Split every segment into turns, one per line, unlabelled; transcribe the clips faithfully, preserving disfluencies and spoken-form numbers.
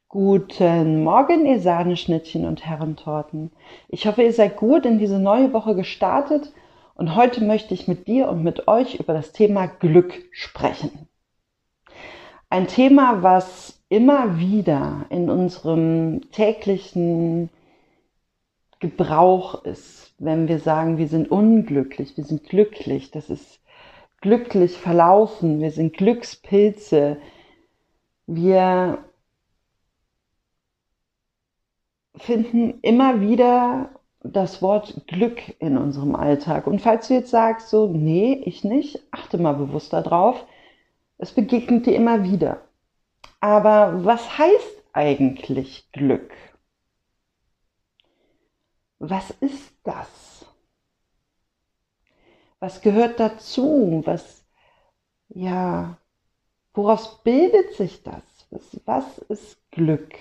Guten Morgen, ihr Sahneschnittchen und Herrentorten. Ich hoffe, ihr seid gut in diese neue Woche gestartet und heute möchte ich mit dir und mit euch über das Thema Glück sprechen. Ein Thema, was immer wieder in unserem täglichen Gebrauch ist, wenn wir sagen, wir sind unglücklich, wir sind glücklich, das ist glücklich verlaufen, wir sind Glückspilze, wir finden immer wieder das Wort Glück in unserem Alltag. Und falls du jetzt sagst, so, nee, ich nicht, achte mal bewusst darauf, es begegnet dir immer wieder. Aber was heißt eigentlich Glück? Was ist das? Was gehört dazu? Was, ja, woraus bildet sich das? Was, was ist Glück?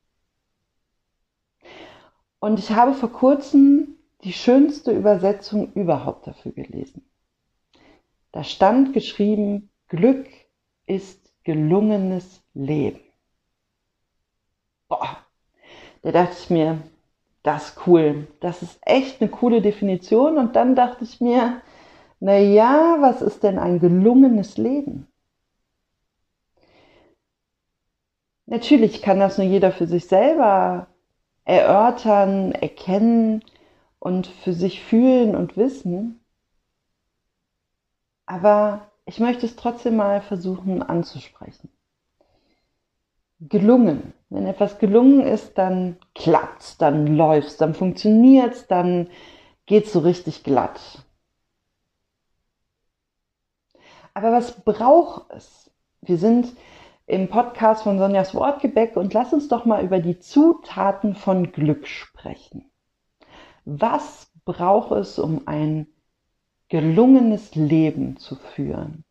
Und ich habe vor kurzem die schönste Übersetzung überhaupt dafür gelesen. Da stand geschrieben, Glück ist gelungenes Leben. Boah, da dachte ich mir, das ist cool. Das ist echt eine coole Definition. Und dann dachte ich mir, na ja, was ist denn ein gelungenes Leben? Natürlich kann das nur jeder für sich selber erörtern, erkennen und für sich fühlen und wissen. Aber ich möchte es trotzdem mal versuchen anzusprechen. Gelungen. Wenn etwas gelungen ist, dann klappt's, dann läuft's, dann funktioniert's, dann geht's so richtig glatt. Aber was braucht es? Wir sind im Podcast von Sonjas Wortgebäck und lass uns doch mal über die Zutaten von Glück sprechen. Was braucht es, um ein gelungenes Leben zu führen?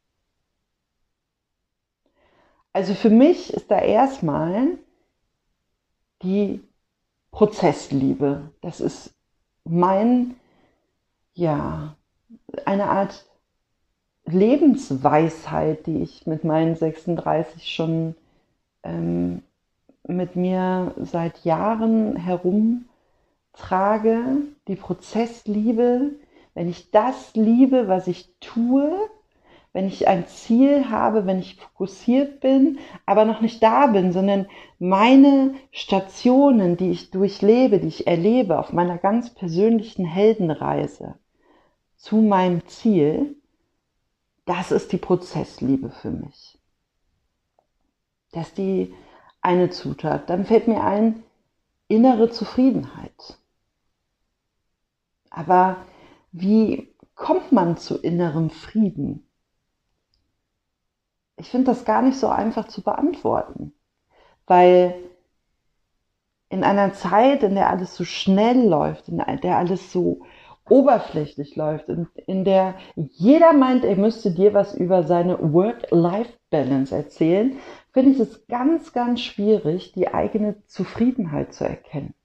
Also für mich ist da erstmal die Prozessliebe. Das ist mein, ja, eine Art Lebensweisheit, die ich mit meinen sechsunddreißig schon ähm, mit mir seit Jahren herumtrage. Die Prozessliebe, wenn ich das liebe, was ich tue, wenn ich ein Ziel habe, wenn ich fokussiert bin, aber noch nicht da bin, sondern meine Stationen, die ich durchlebe, die ich erlebe auf meiner ganz persönlichen Heldenreise zu meinem Ziel, das ist die Prozessliebe für mich. Das ist die eine Zutat. Dann fällt mir ein, innere Zufriedenheit. Aber wie kommt man zu innerem Frieden? Ich finde das gar nicht so einfach zu beantworten, weil in einer Zeit, in der alles so schnell läuft, in der alles so oberflächlich läuft, in, in der jeder meint, er müsste dir was über seine Work-Life-Balance erzählen, finde ich es ganz, ganz schwierig, die eigene Zufriedenheit zu erkennen.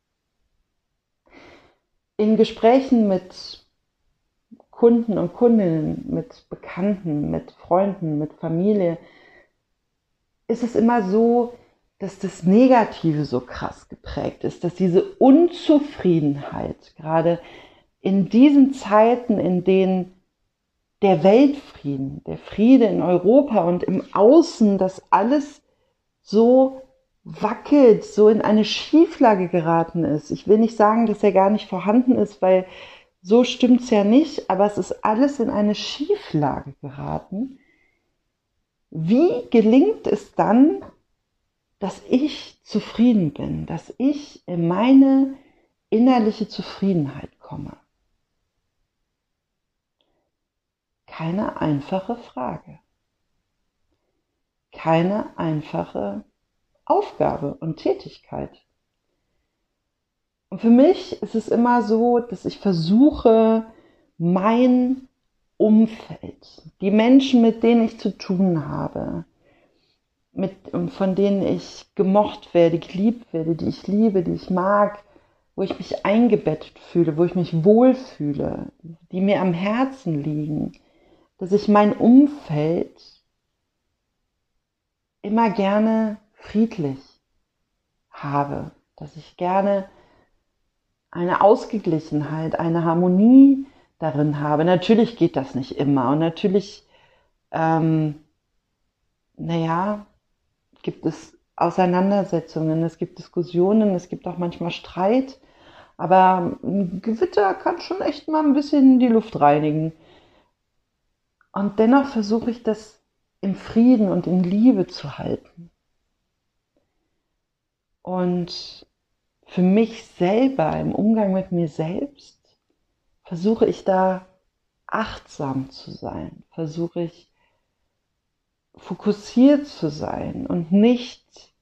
In Gesprächen mit Kunden und Kundinnen, mit Bekannten, mit Freunden, mit Familie, ist es immer so, dass das Negative so krass geprägt ist, dass diese Unzufriedenheit, gerade in diesen Zeiten, in denen der Weltfrieden, der Friede in Europa und im Außen, das alles so wackelt, so in eine Schieflage geraten ist. Ich will nicht sagen, dass er gar nicht vorhanden ist, weil so stimmt's ja nicht, aber es ist alles in eine Schieflage geraten. Wie gelingt es dann, dass ich zufrieden bin, dass ich in meine innerliche Zufriedenheit komme? Keine einfache Frage. Keine einfache Aufgabe und Tätigkeit. Und für mich ist es immer so, dass ich versuche, mein Umfeld, die Menschen, mit denen ich zu tun habe, mit, von denen ich gemocht werde, geliebt werde, die ich liebe, die ich mag, wo ich mich eingebettet fühle, wo ich mich wohlfühle, die mir am Herzen liegen, dass ich mein Umfeld immer gerne friedlich, habe, dass ich gerne eine Ausgeglichenheit, eine Harmonie darin habe. Natürlich geht das nicht immer und natürlich, ähm, naja, gibt es Auseinandersetzungen, es gibt Diskussionen, es gibt auch manchmal Streit, aber ein Gewitter kann schon echt mal ein bisschen die Luft reinigen. Und dennoch versuche ich das im Frieden und in Liebe zu halten. Und für mich selber, im Umgang mit mir selbst, versuche ich da achtsam zu sein, versuche ich fokussiert zu sein und nicht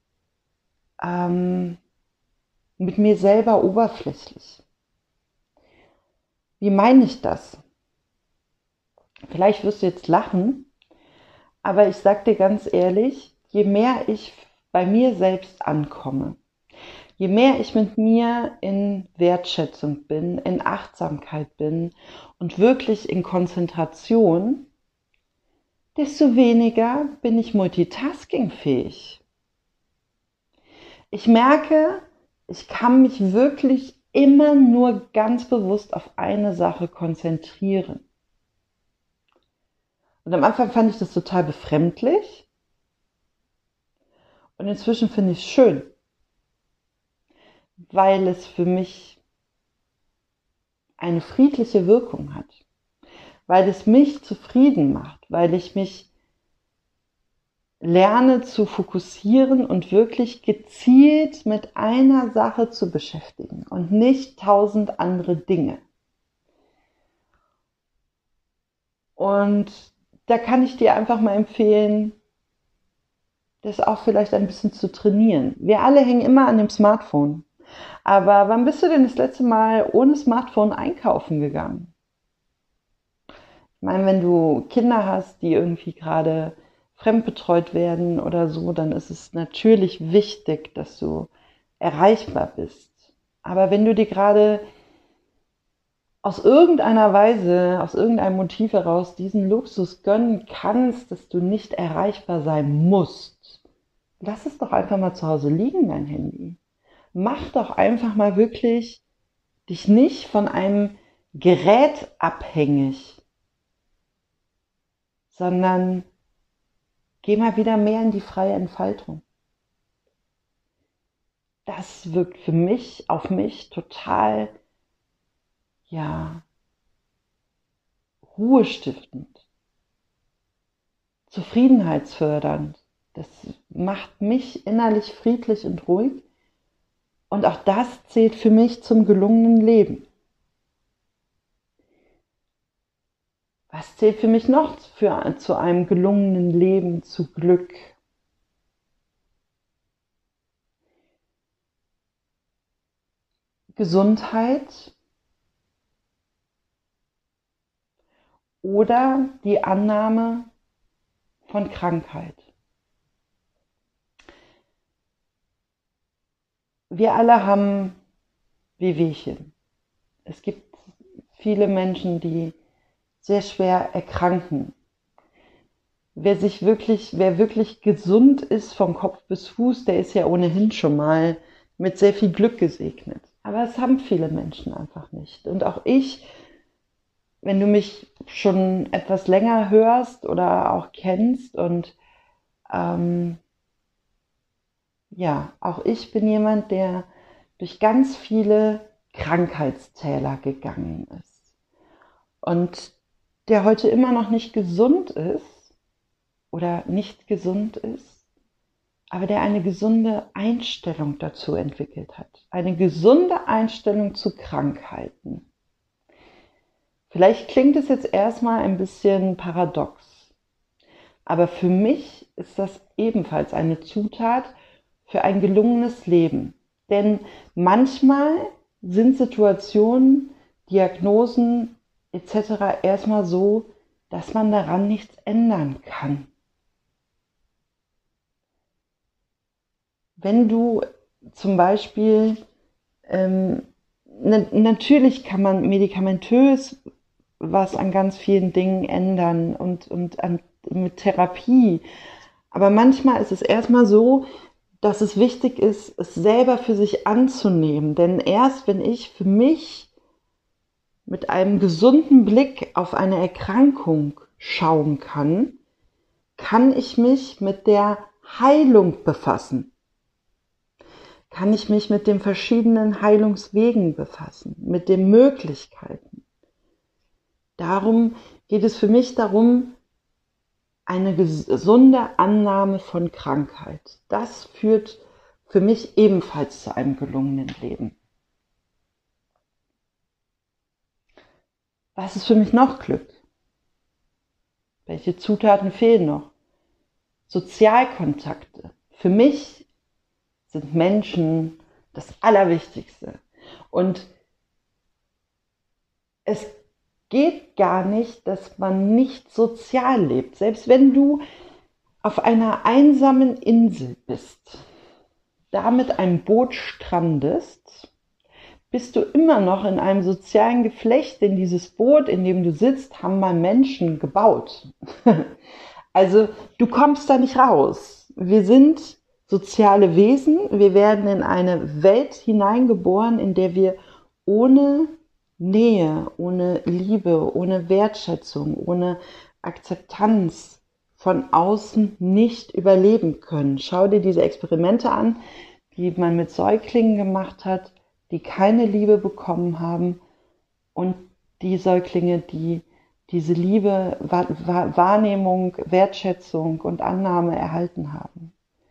ähm, mit mir selber oberflächlich. Wie meine ich das? Vielleicht wirst du jetzt lachen, aber ich sage dir ganz ehrlich, je mehr ich bei mir selbst ankomme, je mehr ich mit mir in Wertschätzung bin, in Achtsamkeit bin und wirklich in Konzentration, desto weniger bin ich multitaskingfähig. Ich merke, ich kann mich wirklich immer nur ganz bewusst auf eine Sache konzentrieren. Und am Anfang fand ich das total befremdlich und inzwischen finde ich es schön, weil es für mich eine friedliche Wirkung hat, weil es mich zufrieden macht, weil ich mich lerne zu fokussieren und wirklich gezielt mit einer Sache zu beschäftigen und nicht tausend andere Dinge. Und da kann ich dir einfach mal empfehlen, das auch vielleicht ein bisschen zu trainieren. Wir alle hängen immer an dem Smartphone. Aber wann bist du denn das letzte Mal ohne Smartphone einkaufen gegangen? Ich meine, wenn du Kinder hast, die irgendwie gerade fremdbetreut werden oder so, dann ist es natürlich wichtig, dass du erreichbar bist. Aber wenn du dir gerade aus irgendeiner Weise, aus irgendeinem Motiv heraus diesen Luxus gönnen kannst, dass du nicht erreichbar sein musst, lass es doch einfach mal zu Hause liegen, dein Handy. Mach doch einfach mal wirklich dich nicht von einem Gerät abhängig, sondern geh mal wieder mehr in die freie Entfaltung. Das wirkt für mich, auf mich total, ja, ruhestiftend, zufriedenheitsfördernd. Das macht mich innerlich friedlich und ruhig. Und auch das zählt für mich zum gelungenen Leben. Was zählt für mich noch für, zu einem gelungenen Leben, zu Glück? Gesundheit oder die Annahme von Krankheit. Wir alle haben Wehwehchen. Es gibt viele Menschen, die sehr schwer erkranken. Wer sich wirklich, wer wirklich gesund ist von Kopf bis Fuß, der ist ja ohnehin schon mal mit sehr viel Glück gesegnet. Aber es haben viele Menschen einfach nicht. Und auch ich, wenn du mich schon etwas länger hörst oder auch kennst und ähm, ja, auch ich bin jemand, der durch ganz viele Krankheitstäler gegangen ist und der heute immer noch nicht gesund ist oder nicht gesund ist, aber der eine gesunde Einstellung dazu entwickelt hat. Eine gesunde Einstellung zu Krankheiten. Vielleicht klingt es jetzt erstmal ein bisschen paradox, aber für mich ist das ebenfalls eine Zutat für ein gelungenes Leben. Denn manchmal sind Situationen, Diagnosen et cetera erstmal so, dass man daran nichts ändern kann. Wenn du zum Beispiel, ähm, na, natürlich kann man medikamentös was an ganz vielen Dingen ändern und, und an, mit Therapie, aber manchmal ist es erstmal so, dass es wichtig ist, es selber für sich anzunehmen. Denn erst wenn ich für mich mit einem gesunden Blick auf eine Erkrankung schauen kann, kann ich mich mit der Heilung befassen. Kann ich mich mit den verschiedenen Heilungswegen befassen, mit den Möglichkeiten. Darum geht es für mich darum, eine gesunde Annahme von Krankheit. Das führt für mich ebenfalls zu einem gelungenen Leben. Was ist für mich noch Glück? Welche Zutaten fehlen noch? Sozialkontakte. Für mich sind Menschen das Allerwichtigste. Und es geht gar nicht, dass man nicht sozial lebt. Selbst wenn du auf einer einsamen Insel bist, da mit einem Boot strandest, bist du immer noch in einem sozialen Geflecht, denn dieses Boot, in dem du sitzt, haben mal Menschen gebaut. Also du kommst da nicht raus. Wir sind soziale Wesen, wir werden in eine Welt hineingeboren, in der wir ohne Nähe, ohne Liebe, ohne Wertschätzung, ohne Akzeptanz von außen nicht überleben können. Schau dir diese Experimente an, die man mit Säuglingen gemacht hat, die keine Liebe bekommen haben, und die Säuglinge, die diese Liebe, Wahrnehmung, Wertschätzung und Annahme erhalten haben.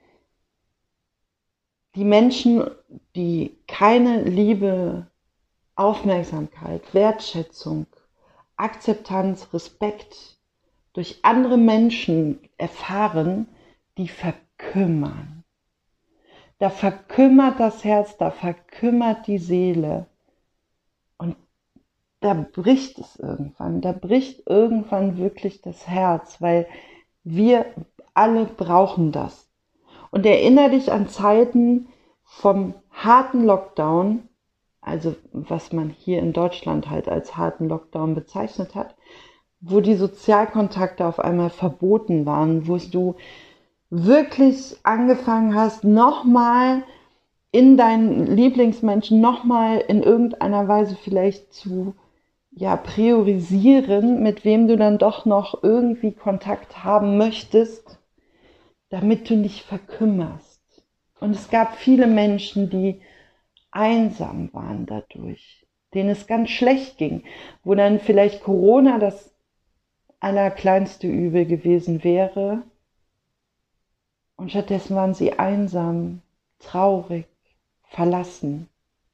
Die Menschen, die keine Liebe, Aufmerksamkeit, Wertschätzung, Akzeptanz, Respekt durch andere Menschen erfahren, die verkümmern. Da verkümmert das Herz, da verkümmert die Seele. Und da bricht es irgendwann, da bricht irgendwann wirklich das Herz, weil wir alle brauchen das. Und erinnere dich an Zeiten vom harten Lockdown, also was man hier in Deutschland halt als harten Lockdown bezeichnet hat, wo die Sozialkontakte auf einmal verboten waren, wo du wirklich angefangen hast, nochmal in deinen Lieblingsmenschen nochmal in irgendeiner Weise vielleicht zu ja, priorisieren, mit wem du dann doch noch irgendwie Kontakt haben möchtest, damit du nicht verkümmerst. Und es gab viele Menschen, die einsam waren dadurch, denen es ganz schlecht ging, wo dann vielleicht Corona das allerkleinste Übel gewesen wäre. Und stattdessen waren sie einsam, traurig, verlassen.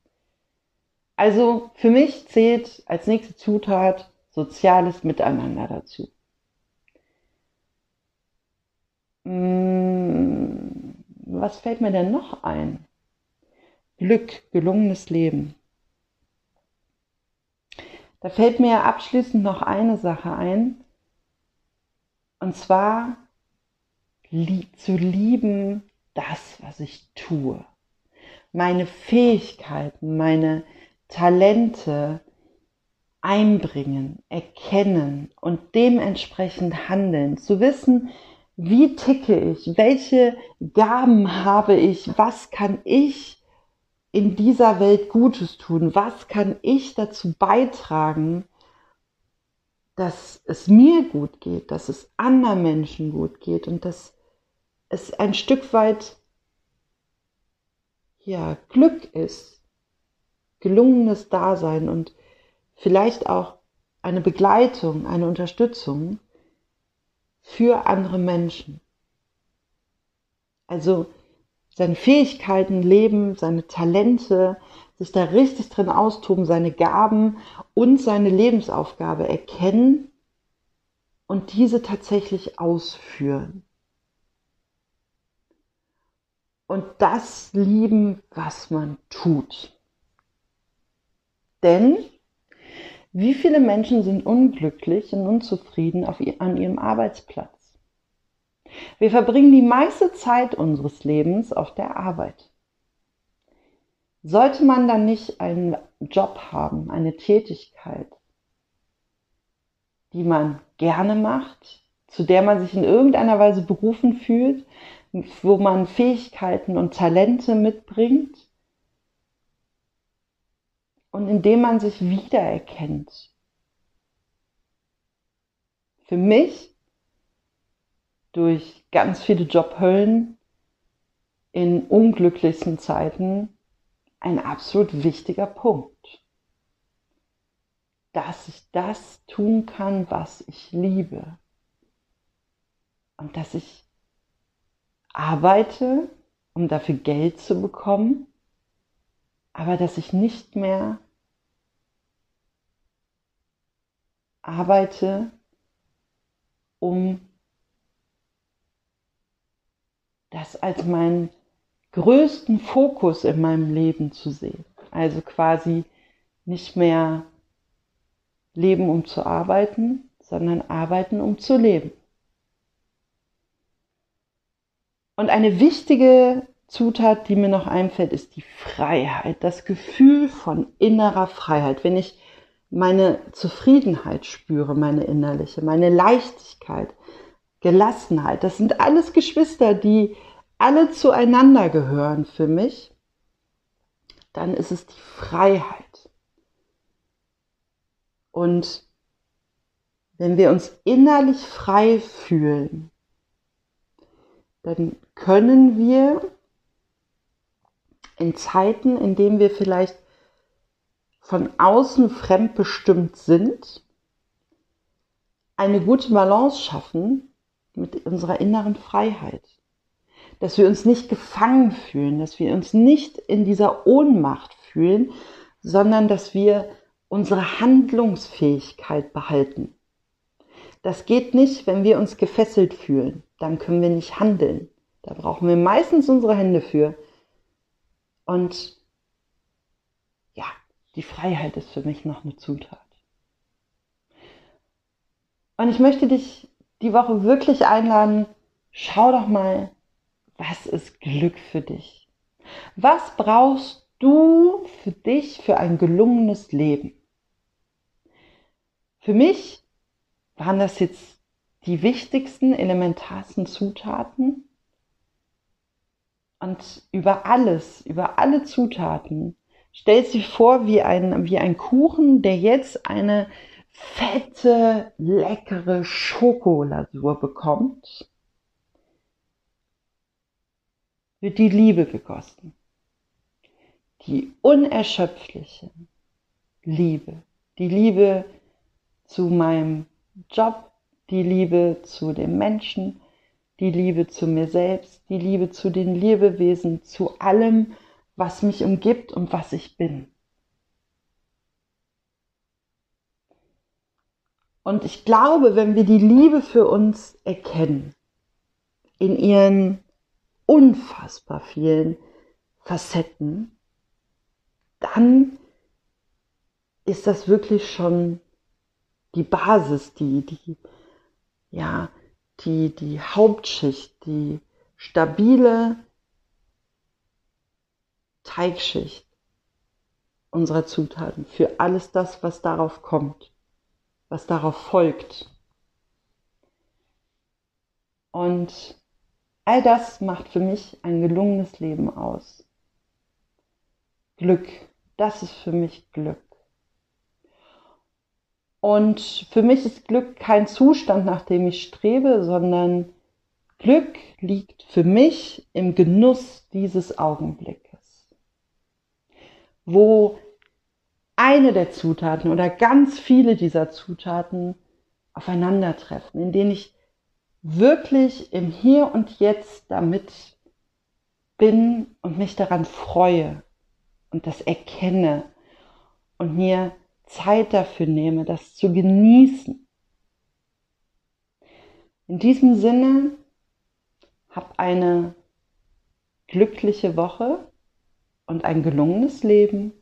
Also für mich zählt als nächste Zutat soziales Miteinander dazu. Was fällt mir denn noch ein? Glück, gelungenes Leben. Da fällt mir abschließend noch eine Sache ein, und zwar zu lieben das, was ich tue. Meine Fähigkeiten, meine Talente einbringen, erkennen und dementsprechend handeln. Zu wissen, wie ticke ich, welche Gaben habe ich, was kann ich in dieser Welt Gutes tun, was kann ich dazu beitragen, dass es mir gut geht, dass es anderen Menschen gut geht und dass es ein Stück weit ja, Glück ist, gelungenes Dasein und vielleicht auch eine Begleitung, eine Unterstützung für andere Menschen. Also seine Fähigkeiten leben, seine Talente, sich da richtig drin austoben, seine Gaben und seine Lebensaufgabe erkennen und diese tatsächlich ausführen. Und das lieben, was man tut. Denn wie viele Menschen sind unglücklich und unzufrieden auf, an ihrem Arbeitsplatz? Wir verbringen die meiste Zeit unseres Lebens auf der Arbeit. Sollte man dann nicht einen Job haben, eine Tätigkeit, die man gerne macht, zu der man sich in irgendeiner Weise berufen fühlt, wo man Fähigkeiten und Talente mitbringt und in dem man sich wiedererkennt. Für mich durch ganz viele Jobhöllen in unglücklichsten Zeiten ein absolut wichtiger Punkt, dass ich das tun kann, was ich liebe und dass ich arbeite, um dafür Geld zu bekommen, aber dass ich nicht mehr arbeite, um das als meinen größten Fokus in meinem Leben zu sehen. Also quasi nicht mehr leben, um zu arbeiten, sondern arbeiten, um zu leben. Und eine wichtige Zutat, die mir noch einfällt, ist die Freiheit, das Gefühl von innerer Freiheit. Wenn ich meine Zufriedenheit spüre, meine innerliche, meine Leichtigkeit, Gelassenheit, das sind alles Geschwister, die alle zueinander gehören für mich, dann ist es die Freiheit. Und wenn wir uns innerlich frei fühlen, dann können wir in Zeiten, in denen wir vielleicht von außen fremdbestimmt sind, eine gute Balance schaffen mit unserer inneren Freiheit. Dass wir uns nicht gefangen fühlen, dass wir uns nicht in dieser Ohnmacht fühlen, sondern dass wir unsere Handlungsfähigkeit behalten. Das geht nicht, wenn wir uns gefesselt fühlen. Dann können wir nicht handeln. Da brauchen wir meistens unsere Hände für. Und ja, die Freiheit ist für mich noch eine Zutat. Und ich möchte dich die Woche wirklich einladen, schau doch mal, was ist Glück für dich? Was brauchst du für dich für ein gelungenes Leben? Für mich waren das jetzt die wichtigsten, elementarsten Zutaten. Und über alles, über alle Zutaten, stell dir vor wie ein, wie ein Kuchen, der jetzt eine fette, leckere Schokolasur bekommt, wird die Liebe gegossen. Die unerschöpfliche Liebe. Die Liebe zu meinem Job, die Liebe zu den Menschen, die Liebe zu mir selbst, die Liebe zu den Lebewesen, zu allem, was mich umgibt und was ich bin. Und ich glaube, wenn wir die Liebe für uns erkennen, in ihren unfassbar vielen Facetten, dann ist das wirklich schon die Basis, die, die, ja, die, die Hauptschicht, die stabile Teigschicht unserer Zutaten für alles das, was darauf kommt, was darauf folgt. Und all das macht für mich ein gelungenes Leben aus. Glück, das ist für mich Glück. Und für mich ist Glück kein Zustand, nach dem ich strebe, sondern Glück liegt für mich im Genuss dieses Augenblickes, wo eine der Zutaten oder ganz viele dieser Zutaten aufeinandertreffen, in denen ich wirklich im Hier und Jetzt damit bin und mich daran freue und das erkenne und mir Zeit dafür nehme, das zu genießen. In diesem Sinne, hab eine glückliche Woche und ein gelungenes Leben.